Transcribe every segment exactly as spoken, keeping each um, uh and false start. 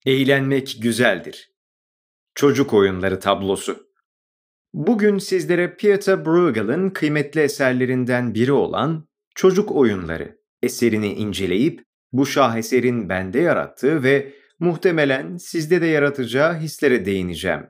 Eğlenmek güzeldir. Çocuk oyunları tablosu. Bugün sizlere Pieter Bruegel'in kıymetli eserlerinden biri olan Çocuk Oyunları eserini inceleyip bu şaheserin bende yarattığı ve muhtemelen sizde de yaratacağı hislere değineceğim.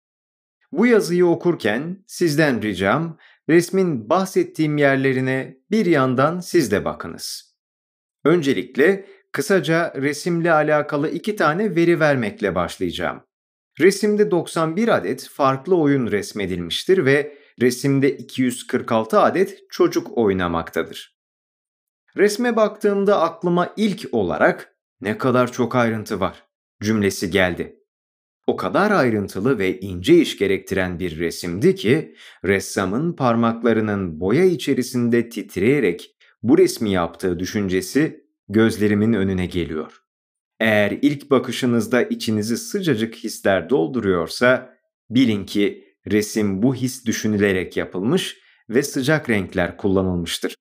Bu yazıyı okurken sizden ricam resmin bahsettiğim yerlerine bir yandan siz de bakınız. Öncelikle kısaca resimle alakalı iki tane veri vermekle başlayacağım. Resimde doksan bir adet farklı oyun resmedilmiştir ve resimde iki yüz kırk altı adet çocuk oynamaktadır. Resme baktığımda aklıma ilk olarak "ne kadar çok ayrıntı var" cümlesi geldi. O kadar ayrıntılı ve ince iş gerektiren bir resimdi ki ressamın parmaklarının boya içerisinde titreyerek bu resmi yaptığı düşüncesi gözlerimin önüne geliyor. Eğer ilk bakışınızda içinizi sıcacık hisler dolduruyorsa bilin ki resim bu his düşünülerek yapılmış ve sıcak renkler kullanılmıştır.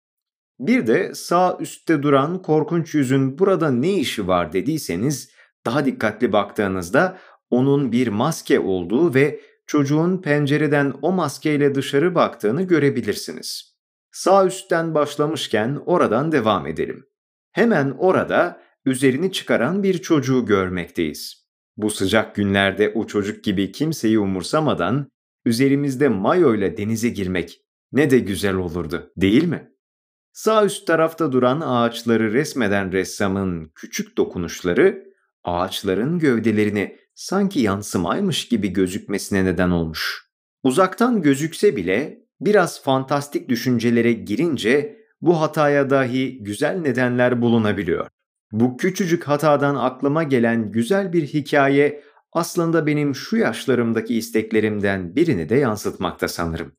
Bir de sağ üstte duran korkunç yüzün burada ne işi var dediyseniz daha dikkatli baktığınızda onun bir maske olduğu ve çocuğun pencereden o maskeyle dışarı baktığını görebilirsiniz. Sağ üstten başlamışken oradan devam edelim. Hemen orada üzerini çıkaran bir çocuğu görmekteyiz. Bu sıcak günlerde o çocuk gibi kimseyi umursamadan üzerimizde mayoyla denize girmek ne de güzel olurdu, değil mi? Sağ üst tarafta duran ağaçları resmeden ressamın küçük dokunuşları ağaçların gövdelerini sanki yansımaymış gibi gözükmesine neden olmuş. Uzaktan gözükse bile biraz fantastik düşüncelere girince bu hataya dahi güzel nedenler bulunabiliyor. Bu küçücük hatadan aklıma gelen güzel bir hikaye aslında benim şu yaşlarımdaki isteklerimden birini de yansıtmakta sanırım.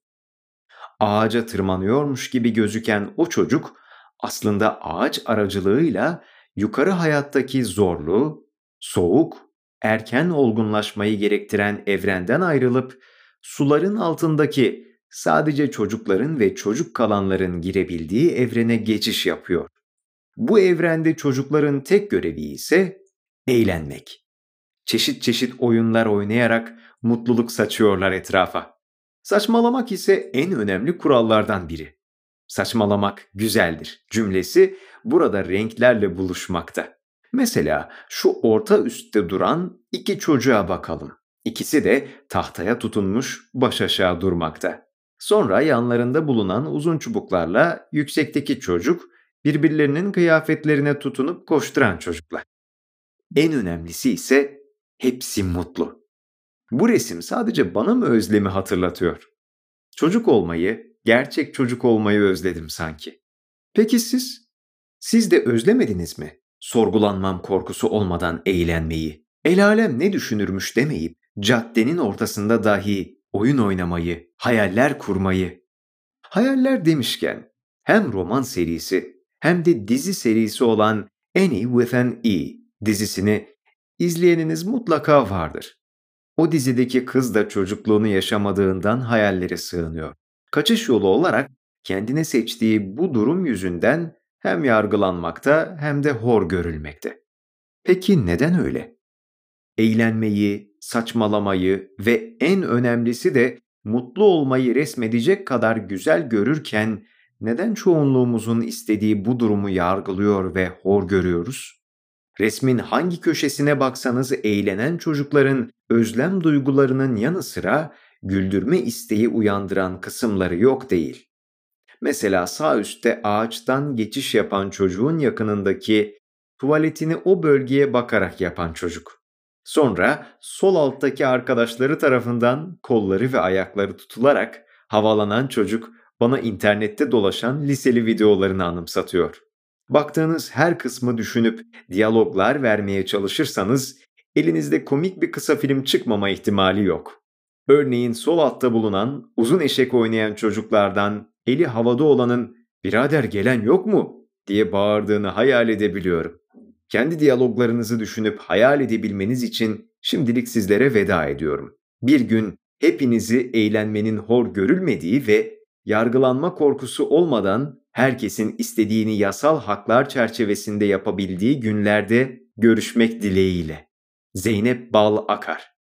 Ağaca tırmanıyormuş gibi gözüken o çocuk aslında ağaç aracılığıyla yukarı hayattaki zorlu, soğuk, erken olgunlaşmayı gerektiren evrenden ayrılıp suların altındaki sadece çocukların ve çocuk kalanların girebildiği evrene geçiş yapıyor. Bu evrende çocukların tek görevi ise eğlenmek. Çeşit çeşit oyunlar oynayarak mutluluk saçıyorlar etrafa. Saçmalamak ise en önemli kurallardan biri. Saçmalamak güzeldir cümlesi burada renklerle buluşmakta. Mesela şu orta üstte duran iki çocuğa bakalım. İkisi de tahtaya tutunmuş baş aşağı durmakta. Sonra yanlarında bulunan uzun çubuklarla yüksekteki çocuk birbirlerinin kıyafetlerine tutunup koşturan çocuklar. En önemlisi ise hepsi mutlu. Bu resim sadece bana mı özlemi hatırlatıyor? Çocuk olmayı, gerçek çocuk olmayı özledim sanki. Peki siz? Siz de özlemediniz mi? Sorgulanmam korkusu olmadan eğlenmeyi, el alem ne düşünürmüş demeyip caddenin ortasında dahi oyun oynamayı, hayaller kurmayı. Hayaller demişken hem roman serisi hem de dizi serisi olan Annie with an E dizisini izleyeniniz mutlaka vardır. O dizideki kız da çocukluğunu yaşamadığından hayallere sığınıyor. Kaçış yolu olarak kendine seçtiği bu durum yüzünden hem yargılanmakta hem de hor görülmekte. Peki neden öyle? Eğlenmeyi, saçmalamayı ve en önemlisi de mutlu olmayı resmedecek kadar güzel görürken neden çoğunluğumuzun istediği bu durumu yargılıyor ve hor görüyoruz? Resmin hangi köşesine baksanız eğlenen çocukların özlem duygularının yanı sıra güldürme isteği uyandıran kısımları yok değil. Mesela sağ üstte ağaçtan geçiş yapan çocuğun yakınındaki tuvaletini o bölgeye bakarak yapan çocuk. Sonra sol alttaki arkadaşları tarafından kolları ve ayakları tutularak havalanan çocuk bana internette dolaşan liseli videolarını anımsatıyor. Baktığınız her kısmı düşünüp diyaloglar vermeye çalışırsanız elinizde komik bir kısa film çıkmama ihtimali yok. Örneğin sol altta bulunan uzun eşek oynayan çocuklardan eli havada olanın "Birader gelen yok mu?" diye bağırdığını hayal edebiliyorum. Kendi diyaloglarınızı düşünüp hayal edebilmeniz için şimdilik sizlere veda ediyorum. Bir gün hepinizi eğlenmenin hor görülmediği ve yargılanma korkusu olmadan herkesin istediğini yasal haklar çerçevesinde yapabildiği günlerde görüşmek dileğiyle. Zeynep Bal Akar.